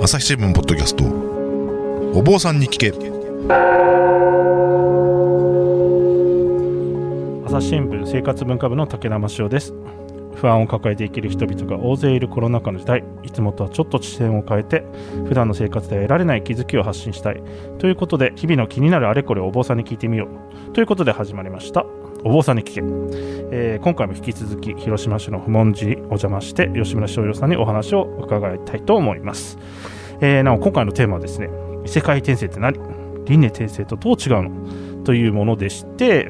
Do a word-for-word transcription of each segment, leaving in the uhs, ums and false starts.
朝日新聞ポッドキャスト、お坊さんに聞け。 朝日新聞生活文化部の竹生潮です。不安を抱えて生きる人々が大勢いるコロナ禍の時代、いつもとはちょっと視点を変えて普段の生活では得られない気づきを発信したいということで、日々の気になるあれこれをお坊さんに聞いてみようということで始まりましたお坊さんに聞け。えー、今回も引き続き広島市の普門寺にお邪魔して吉村翔陽さんにお話を伺いたいと思います。えー、なお今回のテーマはですね、異世界転生って何、輪廻転生とどう違うのというものでして、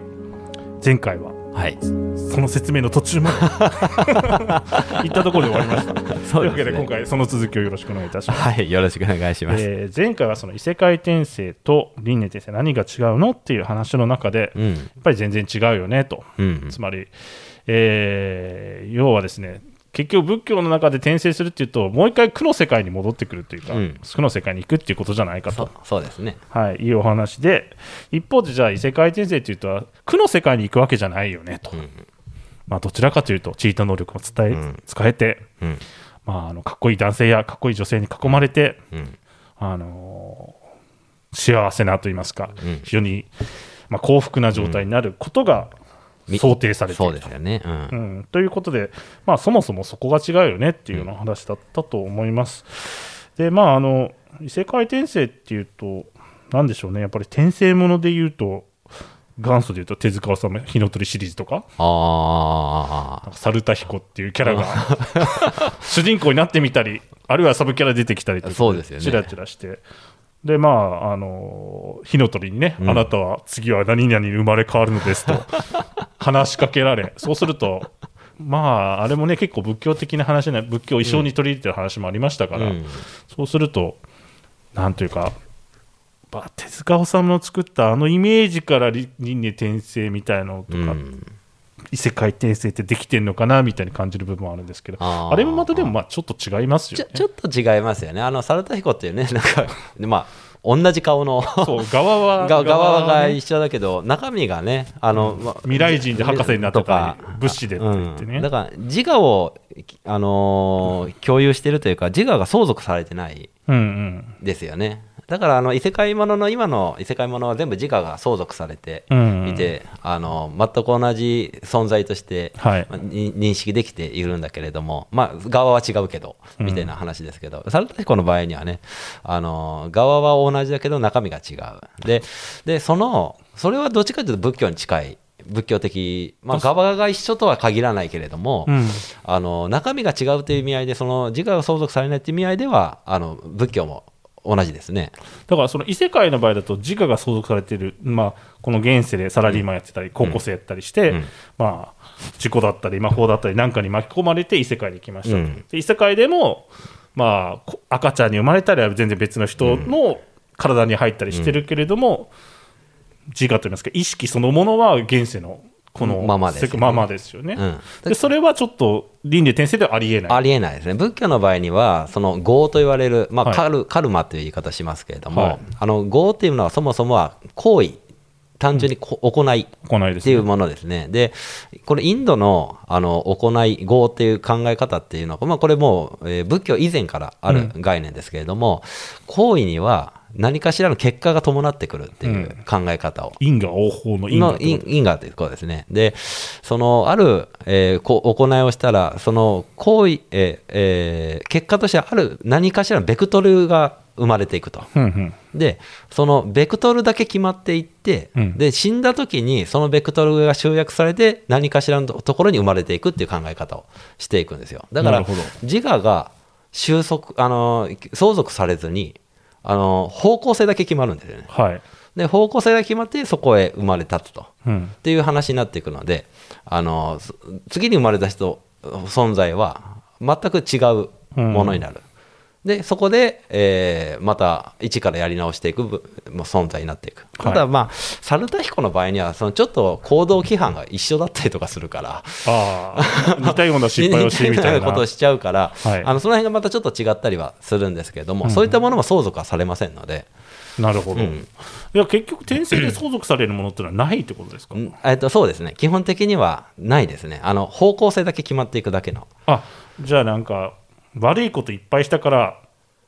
前回ははい、その説明の途中まで行ったところで終わりましたそうですね、というわけで今回その続きをよろしくお願いいたします。 はい、よろしくお願いします。 えー、前回はその異世界転生と輪廻転生何が違うのっていう話の中で、うん、やっぱり全然違うよねと、うん、つまり、えー、要はですね、結局仏教の中で転生するっていうともう一回苦の世界に戻ってくるというか、うん、苦の世界に行くっていうことじゃないかと。 そ, そうですね、 はい、いうお話で、一方でじゃあ異世界転生っていうと苦の世界に行くわけじゃないよねと、うん、まあ、どちらかというとチート能力を伝え、うん、使えて、うん、まあ、あのかっこいい男性やかっこいい女性に囲まれて、うん、あのー、幸せなといいますか、うん、非常に、まあ、幸福な状態になることが、うん想定されていると。 そうですよね、うんうん、ということで、まあ、そもそもそこが違うよねっていうような話だったと思います。で、まあ、あの異世界転生っていうと何でしょうね、やっぱり転生ものでいうと元祖でいうと手塚治虫火の鳥シリーズとか、あなんか猿田彦っていうキャラが主人公になってみたり、あるいはサブキャラ出てきたりとか、 そうですよね、 チラチラして、でまあ、あの火の鳥にね、うん、あなたは次は何々に生まれ変わるのですと話しかけられ、そうするとまああれもね結構仏教的な話で、仏教を一生に取り入れてる話もありましたから、うん、そうするとなんというか、まあ、手塚治虫の作ったあのイメージから輪廻転生みたいなのとか、うん、異世界転生ってできてるのかなみたいに感じる部分はあるんですけど、 あ, あれもまたでもまあちょっと違いますよね。 ちょ, ちょっと違いますよね。あの猿田彦っていうね、なんかまあ同じ顔のそう側は側が一緒だけど中身がね、あの、 うんま、未来人で博士になってたり物資でって言ってね、 うん、だから自我を、あのー、共有してるというか自我が相続されてないですよね、うんうん、だからあの異世界ものの今の異世界ものは全部自我が相続されていて、うんうん、あの全く同じ存在として、はいまあ、認識できているんだけれども、まあ、側は違うけどみたいな話ですけど、猿田彦の場合にはね、あの側は同じだけど中身が違う で, でそのそれはどっちかというと仏教に近い仏教的、まあ、側が一緒とは限らないけれども、うん、あの中身が違うという意味合いで、その自我が相続されないという意味合いではあの仏教も同じですね。 だからその異世界の場合だと自我が相続されている、まあ、この現世でサラリーマンやってたり、うん、高校生やったりして、うんまあ、事故だったり魔法だったり何かに巻き込まれて異世界に行きました、うん、で異世界でも、まあ、赤ちゃんに生まれたりは全然別の人の体に入ったりしてるけれども、うん、自我といいますか意識そのものは現世のこのままですよね。 ままですよね、うん、でそれはちょっと輪廻転生ではありえない。 ありえないですね。仏教の場合にはその業と言われる、まあはい、カル、カルマという言い方しますけれども、はい、あの業っていうのはそもそもは行為、単純に行いっていうものですね。でこれインド の, あの行い業っていう考え方っていうのは、まあ、これもう、えー、仏教以前からある概念ですけれども、うん、行為には何かしらの結果が伴ってくるっていう考え方を、 うん、因果応報の因果因果ということですね。でそのある、えー、こ行いをしたらその行為、えーえー、結果としてある何かしらのベクトルが生まれていくと、うんうん、でそのベクトルだけ決まっていって、うん、で死んだ時にそのベクトルが集約されて何かしらのところに生まれていくっていう考え方をしていくんですよ。だから自我が収束あの相続されずにあの方向性だけ決まるんですよね、はい、で方向性が決まってそこへ生まれ立つと、うん、っていう話になっていくので、あの次に生まれた人存在は全く違うものになる、うん、でそこで、えー、また一からやり直していく存在になっていく、はい、ただまあ猿田彦の場合にはそのちょっと行動規範が一緒だったりとかするからあ似たような失敗をしみたいなことをしちゃうから、はい、あのその辺がまたちょっと違ったりはするんですけれども、うん、そういったものも相続はされませんので。 なるほど、うん、いや結局転生で相続されるものってのはないってことですか？ えっと、そうですね、基本的にはないですね。あの方向性だけ決まっていくだけの。 あじゃあなんか悪いこといっぱいしたから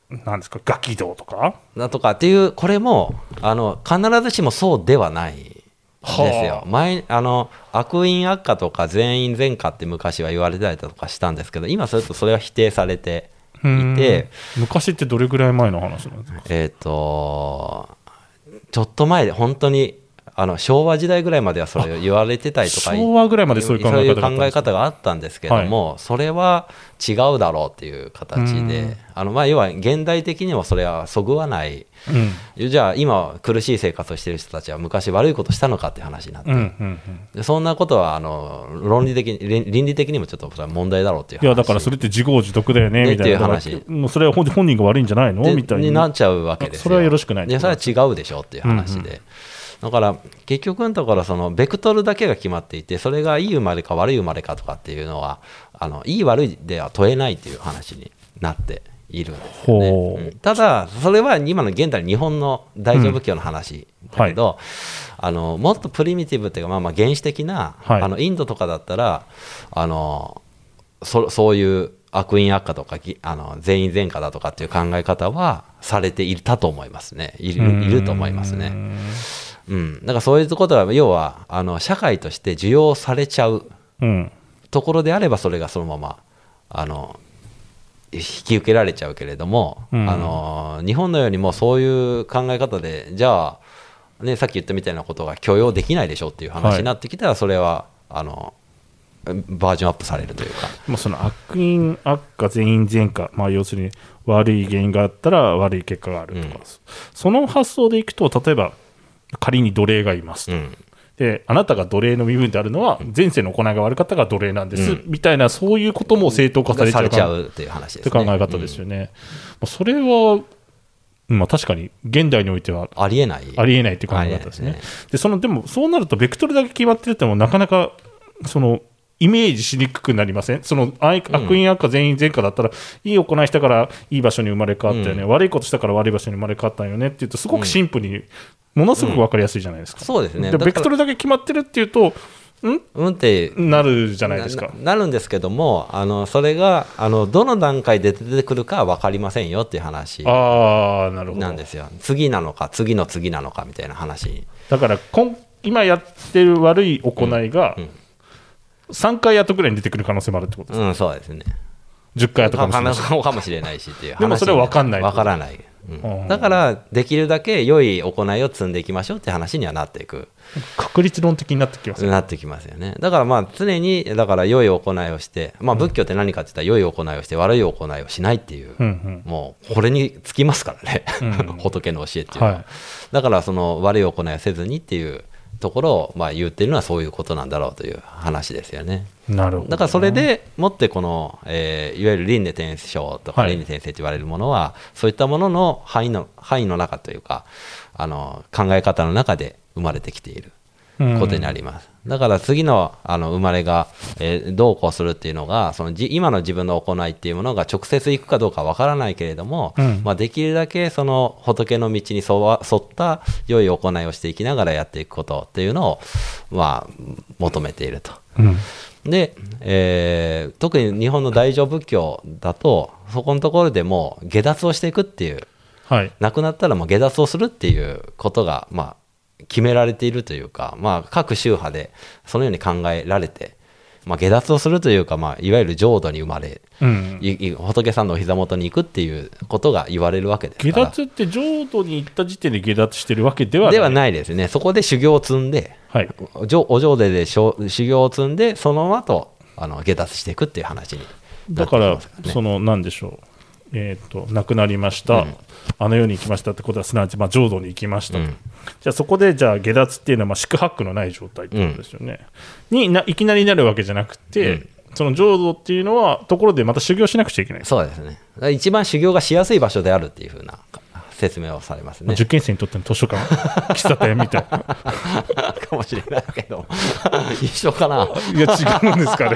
なんですか、ガキ道とかだとかっていう、これもあの必ずしもそうではないですよ。前あの悪因悪化とか善因善化って昔は言われたりとかしたんですけど、今それとそれは否定されていて。 昔ってどれぐらい前の話なんですか？ えっとちょっと前で本当にあの昭和時代ぐらいまではそれを言われてたりとか、 昭和ぐらいまでそういう考え方があったんですか？ そういう考え方があったんですけども、はい、それは違うだろうっていう形で、あのまあ要は現代的にもそれはそぐわない、うん、じゃあ今苦しい生活をしている人たちは昔悪いことしたのかっていう話になって、うんうんうん、でそんなことはあの論理的に倫理的にもちょっとそれは問題だろうっていう話。 いやだからそれって自業自得だよねみたいな話、もうそれは本人が悪いんじゃないのみたいになっちゃうわけですよ。それはよろしくない。 いやそれは違うでしょっていう話で、うんうん、だから結局のところそのベクトルだけが決まっていて、それがいい生まれか悪い生まれかとかっていうのはあのいい悪いでは問えないという話になっているんですよね、うん、ただそれは今の現代日本の大乗仏教の話だけど、うんはい、あのもっとプリミティブっていうか、まあ、まあ原始的な、はい、あのインドとかだったらあの そ, そういう悪因悪化とかあの善因善化だとかっていう考え方はされていたと思いますね。い る, いると思いますね。うん、だからそういうことは要はあの社会として受容されちゃうところであれば、それがそのままあの引き受けられちゃうけれども、うん、あの日本のようにもそういう考え方でじゃあ、ね、さっき言ったみたいなことが許容できないでしょっていう話になってきたら、それはあのバージョンアップされるというか、 もうその悪因悪化善因善化、まあ、要するに悪い原因があったら悪い結果があるとか、うん、その発想でいくと、例えば仮に奴隷がいますと、うん、であなたが奴隷の身分であるのは前世の行いが悪かったから奴隷なんです、うん、みたいな、そういうことも正当化されちゃ う, されちゃうっていう話ですね。 って考え方ですよね、うん、それは、まあ、確かに現代においてはありえないありえないっていう考え方ですね。ねでそのでもそうなるとベクトルだけ決まっててもなかなかそのイメージしにくくなりません？その悪因悪化善因善化だったら、いい行いしたからいい場所に生まれ変わったよね、うん、悪いことしたから悪い場所に生まれ変わったよねっていうと、すごくシンプルにものすごく分かりやすいじゃないですか、 うん、そうですね。 でベクトルだけ決まってるっていうとん、 うんってなるじゃないですか。 な, なるんですけども、あのそれがあのどの段階で出てくるかは分かりませんよっていう話なんですよ。次なのか次の次なのかみたいな話だから、今やってる悪い行いが、うんうん、さんかい後ぐらいに出てくる可能性もあるってことですか？ うん、そうですね。 じゅっかい後かもしれないしかもしれないしっていう話。 でもそれは分かんない。 分からない、うん、だからできるだけ良い行いを積んでいきましょうって話にはなっていく。 確率論的になってきますよね。 なってきますよね。だからまあ常にだから良い行いをして、まあ、仏教って何かって言ったら良い行いをして悪い行いをしないっていう、うんうん、もうこれにつきますからね、うん、仏の教えっていうのは、はい、だからその悪い行いをせずにっていうところをまあ言ってるのはそういうことなんだろうという話ですよね。 なるほどね。 だからそれでもってこの、えー、いわゆる輪廻転生とか輪廻転生と言われるものは、はい、そういったものの範囲の範囲の中というか、あの考え方の中で生まれてきていることになります、うん、だから次の、あの生まれが、えー、どうこうするっていうのが、そのじ今の自分の行いっていうものが直接いくかどうかわからないけれども、うんまあ、できるだけその仏の道に沿わ沿った良い行いをしていきながらやっていくことっていうのを、まあ、求めていると、うんでえー、特に日本の大乗仏教だとそこのところでもう下脱をしていくっていう、はい、亡くなったらもう下脱をするっていうことが、まあ、決められているというか、まあ、各宗派でそのように考えられて、まあ、下脱をするというか、まあ、いわゆる浄土に生まれ、うん、仏さんのお膝元に行くっていうことが言われるわけですから。 下脱って浄土に行った時点で下脱してるわけではないではないですね。そこで修行を積んで、はい、お浄土で修行を積んでその後あの下脱していくっていう話になってきますからね。 だからその何でしょう、えー、と亡くなりました、うん、あの世に行きましたってことはすなわちまあ浄土に行きましたと、うん、じゃあそこでじゃあ下脱っていうのはまあ四苦八苦のない状態ってことですよね、うん、にないきなりなるわけじゃなくて、うん、その浄土っていうのはところでまた修行しなくちゃいけない。 そうですね。一番修行がしやすい場所であるっていう風な説明をされますね。 受験生にとっての図書館喫茶店みたいなかもしれないけど一緒かな。 いや違うんですかね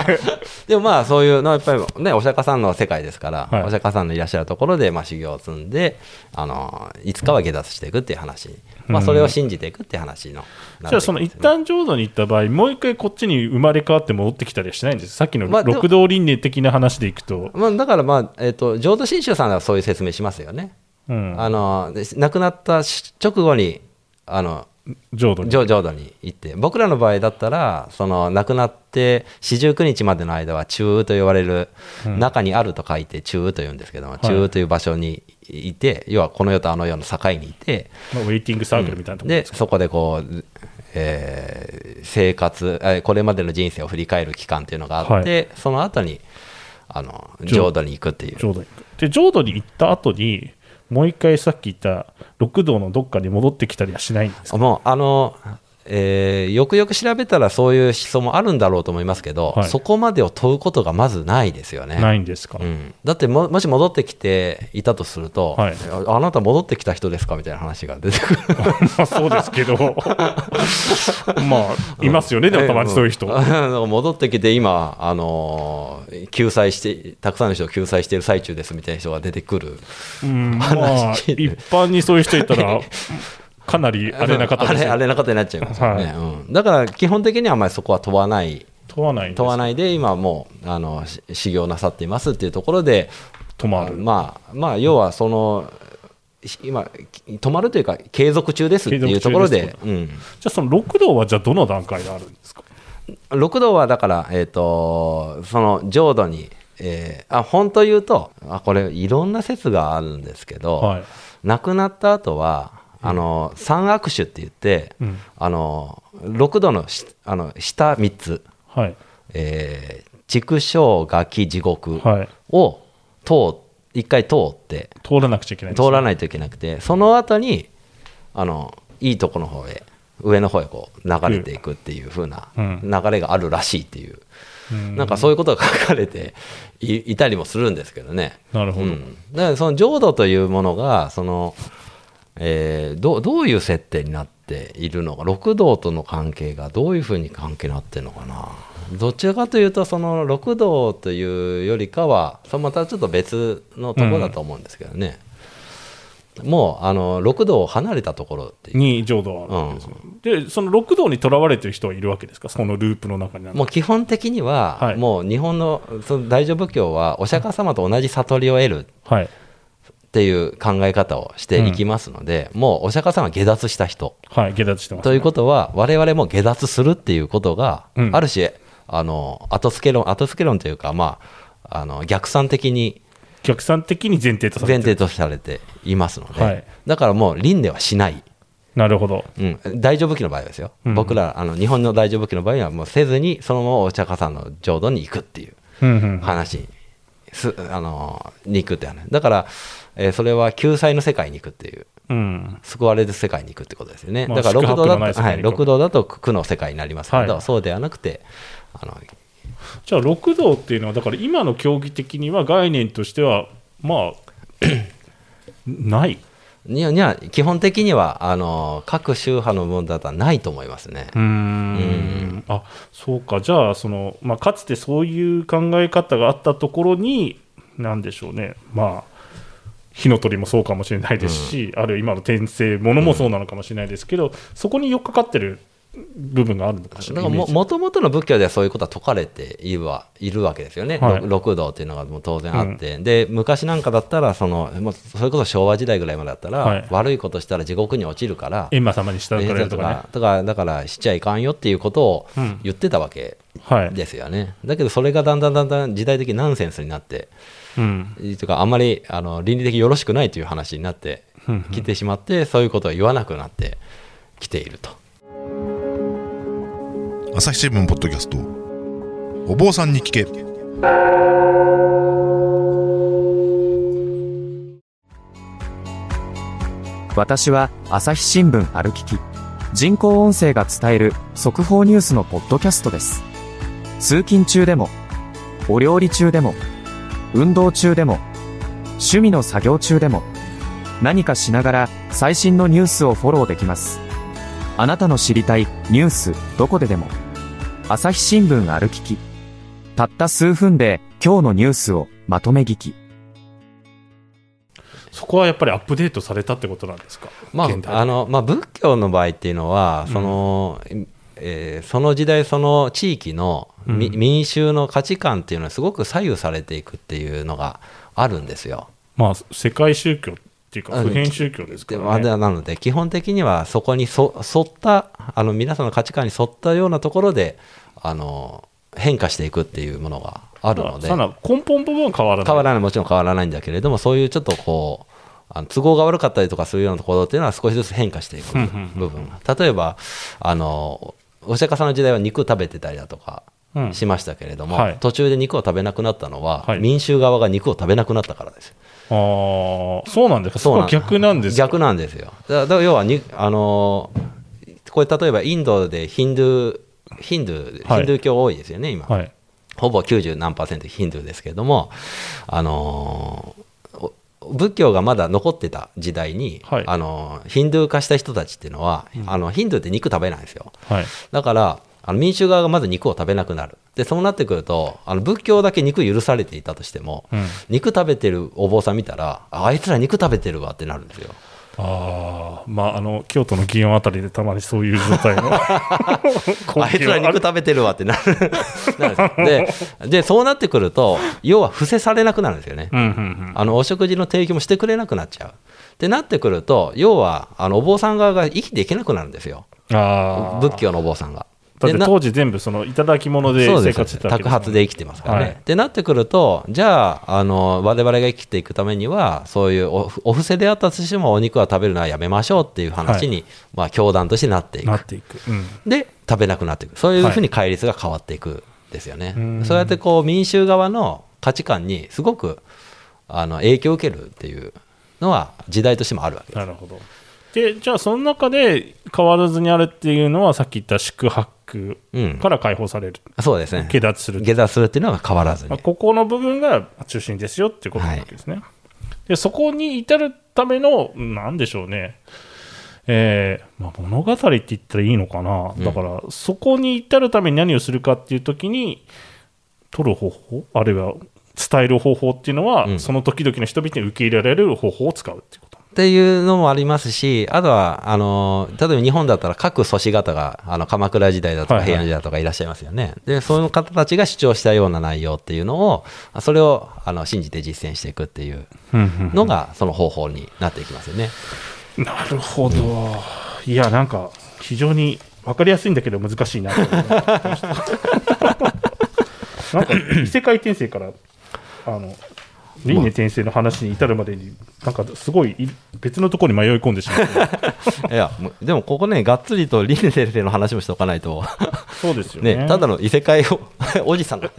でもまあそういうのやっぱりねお釈迦さんの世界ですから、 はい、 お釈迦さんのいらっしゃるところでまあ修行を積んであのいつかは下脱していくっていう話、まあ、それを信じていくっていう話の、 うん、じゃあその一旦浄土に行った場合もう一回こっちに生まれ変わって戻ってきたりはしないんです。さっきの六道輪廻的な話でいくと、 まあ、だからまあ、えーと、浄土真宗さんはそういう説明しますよね、うん、あの亡くなった直後にあの浄土に浄土に行って、僕らの場合だったらその亡くなって四十九日までの間は中と言われる、うん、中にあると書いて中と言うんですけども、はい、中という場所にいて、要はこの世とあの世の境にいて、 まあ、ウェイティングサークルみたいなところですか、 うん、でそこでこう、えー、生活これまでの人生を振り返る期間というのがあって、はい、その後にあの浄土に行くっていう。 浄土に行くで浄土に行った後にもう一回さっき言った六道のどっかに戻ってきたりはしないんですか。 もうあの、えー、よくよく調べたらそういう思想もあるんだろうと思いますけど、はい、そこまでを問うことがまずないですよね。 ないんですか、 うん、だって も, もし戻ってきていたとすると、はい、あ, あなた戻ってきた人ですかみたいな話が出てくるまあそうですけどまあいますよね、でもたまにそういう人、 うん、戻ってきて今、あのー、救済してたくさんの人を救済している最中ですみたいな人が出てくる、 うん、まあ、一般にそういう人いたらかなりあれな方ですよ、 あれな方になっちゃいますよね、はい、うん、だから基本的にはあまりそこは問わない問わない問わないで今もうあの修行なさっていますっていうところで止まる、 まあまあ、要はその今止まるというか継続中ですっていうところで、うん、 じゃあその六道はじゃあどの段階であるんですか。 六道はだから、えーと、その浄土に、えー、あ本当言うとあこれいろんな説があるんですけど、はい、亡くなった後はあの三悪種って言って、うん、あの六道の、あの下みっつ、はい、えー、畜生餓鬼地獄を通一回通って通らなくちゃいけないんですね、通らないといけなくて、その後にあのいいとこの方へ上の方へこう流れていくっていう風な流れがあるらしいっていう、うん、なんかそういうことが書かれて い, いたりもするんですけどね。 なるほど、うん、 だからその浄土というものがその、えー、ど, どういう設定になっているのか、六道との関係がどういう風に関係になってるのかな。どちらかというとその六道というよりかはそのまたちょっと別のところだと思うんですけどね、うん、もうあの六道を離れたところっていうに浄土はあるんです、うん、でその六道にとらわれてる人はいるわけですか、そのループの中に。 もう基本的には、はい、もう日本のその大乗仏教はお釈迦様と同じ悟りを得る、はい、っていう考え方をしていきますので、うん、もうお釈迦様は下脱した人、 はい、下脱してますね、 ということは我々も下脱するっていうことが、うん、ある種あの後付け論後付け論というか、まあ、あの逆算的に逆算的に前提とされて前提とされていますので、はい、だからもう輪廻はしない。 なるほど、 うん、大乗仏教の場合はですよ、うん、僕らあの日本の大乗仏教の場合はもうせずにそのままお釈迦さんの浄土に行くっていう話すあのに行くって話だから、えー、それは救済の世界に行くっていう、うん、救われる世界に行くってことですよね、まあ、だから六道だと、はい、六道だと苦の世界になりますけど、はい、そうではなくてあのじゃあ六道っていうのはだから今の教義的には概念としてはまあないにはには基本的にはあの各宗派のものだとはないと思いますね。 うーんうんあそうか。じゃあその、まあ、かつてそういう考え方があったところに何でしょうね、まあ火の鳥もそうかもしれないですし、うん、あるいは今の転生ものもそうなのかもしれないですけど、うん、そこに寄っかかってる部分があるのかしら。 だから も, もともとの仏教ではそういうことは説かれているはいるわけですよね、はい、六道っていうのがもう当然あって、うん、で昔なんかだったらそのもうそれこそ昭和時代ぐらいまでだったら、はい、悪いことしたら地獄に落ちるから閻魔様に従われるとかね、 とかだからしちゃいかんよっていうことを言ってたわけですよね、うんはい、だけどそれがだんだんだんだん時代的ナンセンスになって、うん、というかあんまりあの倫理的よろしくないという話になってきてしまって、うんうん、そういうことを言わなくなってきていると。 朝日新聞ポッドキャストお坊さんに聞け。 私は朝日新聞ある聞き人工音声が伝える速報ニュースのポッドキャストです。通勤中でもお料理中でも運動中でも趣味の作業中でも何かしながら最新のニュースをフォローできます。あなたの知りたいニュースどこででも朝日新聞ある聞きたった数分で今日のニュースをまとめ聞き。 そこはやっぱりアップデートされたってことなんですか。 まああのまあ、仏教の場合っていうのはその、うんえー、その時代その地域の、うん、民衆の価値観っていうのはすごく左右されていくっていうのがあるんですよ。 まあ、世界宗教っていうか普遍宗教ですからね。 なので基本的にはそこにそ沿ったあの皆さんの価値観に沿ったようなところであの変化していくっていうものがあるので、 根本部分は変わらない変わらないもちろん変わらないんだけれども、そういうちょっとこうあの都合が悪かったりとかするようなところっていうのは少しずつ変化していく部分例えばあのお釈迦さんの時代は肉食べてたりだとかしましたけれども、うんはい、途中で肉を食べなくなったのは、はい、民衆側が肉を食べなくなったからです。 あそうなんですか。そう逆なんですか。 逆なんですよ。だから要はにあのこれ例えばインドでヒンドゥーヒンドゥー、はい、ヒンドゥー教多いですよね今、はい、ほぼきゅうじゅうなんパーセントヒンドゥーですけれども、あのー、仏教がまだ残ってた時代に、はい、あのー、ヒンドゥー化した人たちっていうのは、うん、あのヒンドゥーって肉食べないんですよ、はい、だからあの民衆側がまず肉を食べなくなる。でそうなってくるとあの仏教だけ肉許されていたとしても、うん、肉食べてるお坊さん見たら あ, あいつら肉食べてるわってなるんですよ。 あまあ、あの京都の祇園あたりでたまにそういう状態のあいつら肉食べてるわってなるで, でそうなってくると要は伏せされなくなるんですよね、うんうんうん、あのお食事の提供もしてくれなくなっちゃうってなってくると要はあのお坊さん側が生きていけなくなるんですよ。あ仏教のお坊さんがだって当時全部そのいただき物で生活してたわけですもんね。 托発で生きてますからね、はい、ってなってくるとじゃあ、あの我々が生きていくためにはそういう お, お布施であったとしてもお肉は食べるのはやめましょうっていう話に、はいまあ、教団としてなっていくなっていく、うん、 で食べなくなっていく。そういうふうに戒律が変わっていくんですよね、はい、そうやってこう民衆側の価値観にすごくあの影響を受けるっていうのは時代としてもあるわけです。 なるほど。でじゃあその中で変わらずにあるっていうのはさっき言った宿泊から解放される、 うん、そうですね。 下脱する下脱するっていうのは変わらずに、 まあ、ここの部分が中心ですよっていうことなわけですね、はい、でそこに至るためのなんでしょうね、えーまあ、物語って言ったらいいのかな、だからそこに至るために何をするかっていう時に取る方法あるいは伝える方法っていうのは、うん、その時々の人々に受け入れられる方法を使うっていうことっていうのもありますし、あとはあの例えば日本だったら各祖師方があの鎌倉時代だとか平安時代だとかいらっしゃいますよね、はいはい、でその方たちが主張したような内容っていうのをそれをあの信じて実践していくっていうのがその方法になっていきますよね。 なるほど、うん、いやなんか非常に分かりやすいんだけど難しいなと思いましたなんか異世界転生からあの輪廻転生の話に至るまでになんかすごい別のところに迷い込んでしまっていやでもここねがっつりと輪廻転生の話もしておかないとそうですよ ね, ねただの異世界おじさん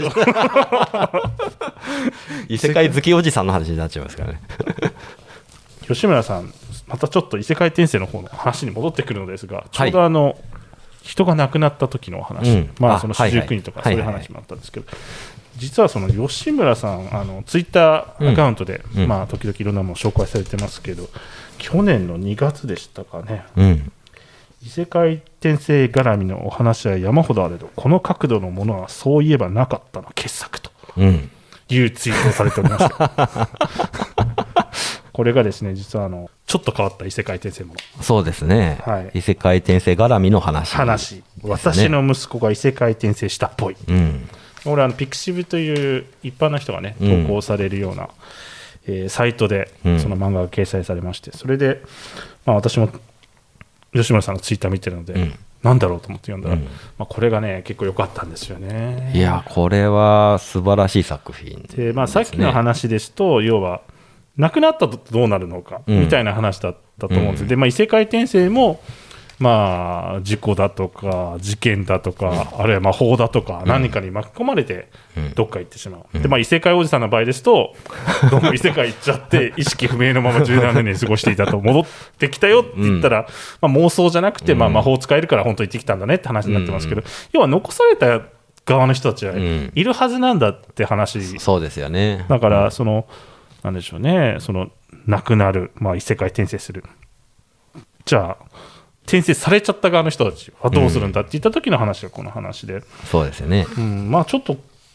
異世界好きおじさんの話になっちゃいますからね吉村さんまたちょっと異世界転生の方の話に戻ってくるのですが、ちょうどあの、はい、人が亡くなった時の話、うん、まあその四十九人とかそういう話もあったんですけど、はいはいはいはい、実はその吉村さんあのツイッターアカウントで、うんまあ、時々いろんなものを紹介されてますけど、去年のにがつでしたかね、うん、異世界転生絡みのお話は山ほどあれどこの角度のものはそういえばなかったの傑作というツイートをされておりましたこれがですね実はあのちょっと変わった異世界転生もの。 そうですね、はい、異世界転生絡みの話、 話私の息子が異世界転生したっぽい、うん俺あのピクシブという一般の人がね投稿されるような、うんえー、サイトでその漫画が掲載されまして、それで、まあ、私も吉村さんのツイッター見てるので、うん、なんだろうと思って読んだら、うんまあ、これがね結構良かったんですよね。 いやこれは素晴らしい作品ですね。 で、まあ、さっきの話ですと要は亡くなったとどうなるのかみたいな話だったと思うんです、うんでまあ、異世界転生もまあ、事故だとか事件だとか、うん、あるいは魔法だとか、うん、何かに巻き込まれてどっか行ってしまう、うんでまあ、異世界おじさんの場合ですとどうも異世界行っちゃって意識不明のままじゅうななねん過ごしていたと戻ってきたよって言ったら、うんまあ、妄想じゃなくて、まあ、魔法使えるから本当に行ってきたんだねって話になってますけど、うん、要は残された側の人たちはいるはずなんだって話、 うん、そうですよね。 だからそのなんでしょうね、その亡くなる、まあ、異世界転生する、じゃあ転生されちゃった側の人たちはどうするんだって言った時の話がこの話で、うん、 そうですよね、 うん、まあちょっと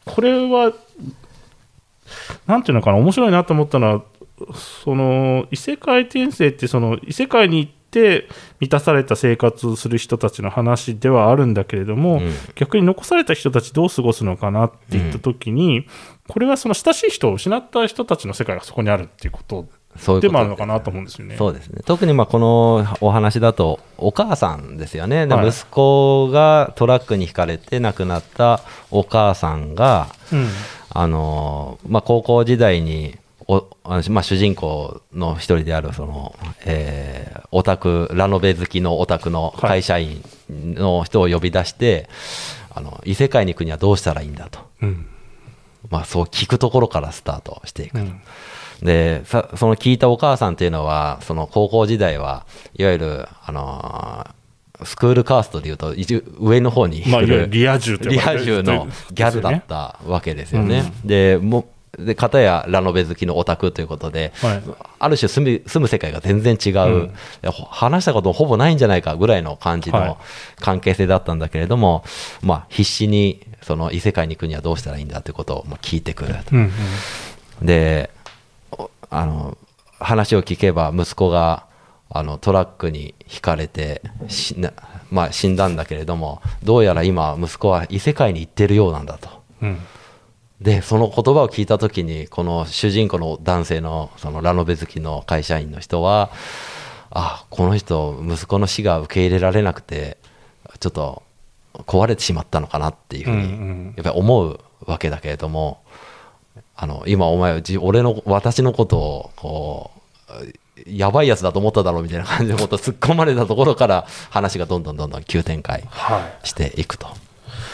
これはなんていうのかな、面白いなと思ったのは、その異世界転生ってその異世界に行って満たされた生活する人たちの話ではあるんだけれども、うん、逆に残された人たちどう過ごすのかなっていった時に、うん、これはその親しい人を失った人たちの世界がそこにあるっていうことでもあるのかなと思うんですよね。 そうですね。特にまあこのお話だとお母さんですよね。で、はい、息子がトラックにひかれて亡くなったお母さんが、うん、あのまあ、高校時代におあの、まあ、主人公の一人であるその、えー、オタクラノベ好きのオタクの会社員の人を呼び出して、はい、あの異世界に行くにはどうしたらいいんだと、うん、まあ、そう聞くところからスタートしていくと、うん、でさその聞いたお母さんというのはその高校時代はいわゆる、あのー、スクールカーストでいうと上の方にいる、 まあ、いわゆるリア充リア充のギャルだったわけですよね。うん、でもで片やラノベ好きのオタクということで、はい、ある種住む、住む世界が全然違う、うん、話したこともほぼないんじゃないかぐらいの感じの関係性だったんだけれども、はい、まあ、必死にその異世界に行くにはどうしたらいいんだということを聞いてくると、うんうん、であの話を聞けば息子があのトラックにひかれて死な、まあ、死んだんだけれども、どうやら今息子は異世界に行ってるようなんだと、うん、でその言葉を聞いたときにこの主人公の男性のそのラノベ好きの会社員の人は、あ、この人息子の死が受け入れられなくてちょっと壊れてしまったのかなっていうふうにやっぱり思うわけだけれども、あの今お前俺の私のことをこうやばいやつだと思っただろうみたいな感じのことを突っ込まれたところから話がどんどんどんどん急展開していくと、はい、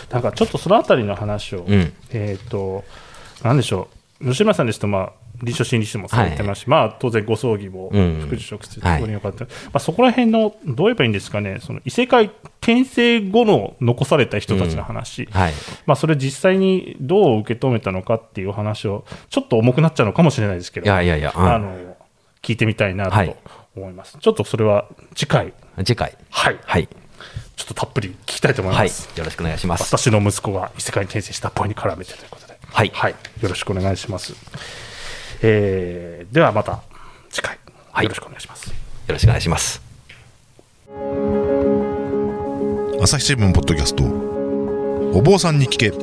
なんかちょっとそのあたりの話を、うん、えっとなんでしょう、吉村さんですと、まあ、臨床心理士もされてますし、はい、まあ、当然ご葬儀も副受職するところによかった、うん、はい、まあ、そこら辺のどう言えばいいんですかね、その異世界転生後の残された人たちの話、うん、はい、まあ、それ実際にどう受け止めたのかっていう話をちょっと重くなっちゃうのかもしれないですけど、いやいやいや、うん、あの聞いてみたいなと思います、はい、ちょっとそれは次回次回はい、はい、ちょっとたっぷり聞きたいと思います、 はい、よろしくお願いします。 私の息子が異世界に転生したっぽいに絡めてということで、はい、はい、よろしくお願いします。えー、ではまた次回、はい、よろしくお願いします。 よろしくお願いします。 朝日新聞ポッドキャスト、お坊さんに聞け。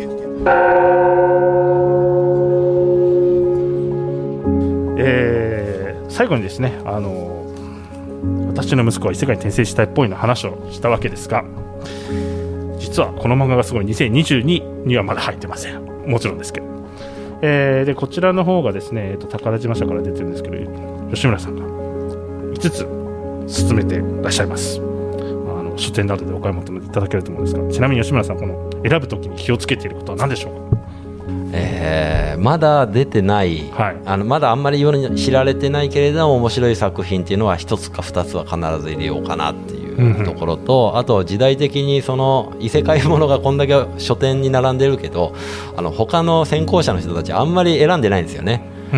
えー、最後にですね、あの私の息子は異世界に転生したいっぽいの話をしたわけですが、実はこの漫画がすごいにせんにじゅうににはまだ入ってません。もちろんですけど、えー、でこちらの方がですね、えー、と宝島社から出てるんですけど、吉村さんがいつつ進めていらっしゃいます。あの書店などでお買い求めいただけると思うんですが、ちなみに吉村さん、この選ぶときに気をつけていることは何でしょうか。 えー、まだ出てない、はい、あのまだあんまり世に知られてないけれども面白い作品っていうのは一つか二つは必ず入れようかなっていうところと、うんうん、あと時代的にその異世界ものがこんだけ書店に並んでるけど、あの他の先行者の人たちあんまり選んでないんですよね。うん、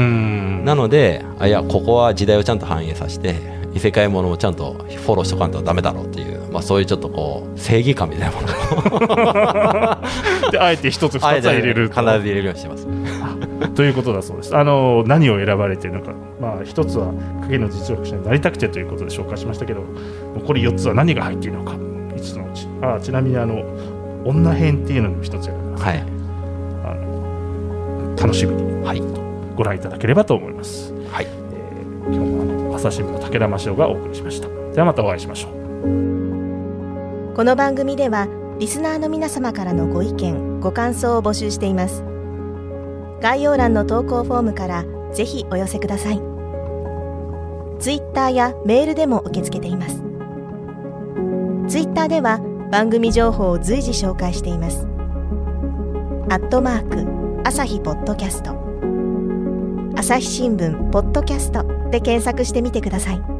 なので、あ、いやここは時代をちゃんと反映させて異世界ものもちゃんとフォローしとかんとダメだろうっていう、まあ、そういうちょっとこう正義感みたいなものであえて一つ二つ入れる必ず入れるようにしてますということだそうです。あの何を選ばれているのか、まあ、一つは影の実力者になりたくてということで紹介しましたけど、残りよっつは何が入っているのか、いつのうち、あちなみにあの女編っていうのも一つやります、はい、あの楽しみに、はい、ご覧いただければと思います、はい。えー、今日もあの朝日新聞の武田真史夫がお送りしました。ではまたお会いしましょう。 この番組ではリスナーの皆様からのご意見ご感想を募集しています。概要欄の投稿フォームからぜひお寄せください。ツイッターやメールでも受け付けています。ツイッターでは番組情報を随時紹介しています。アットマーク朝日ポッドキャスト、朝日新聞ポッドキャストで検索してみてください。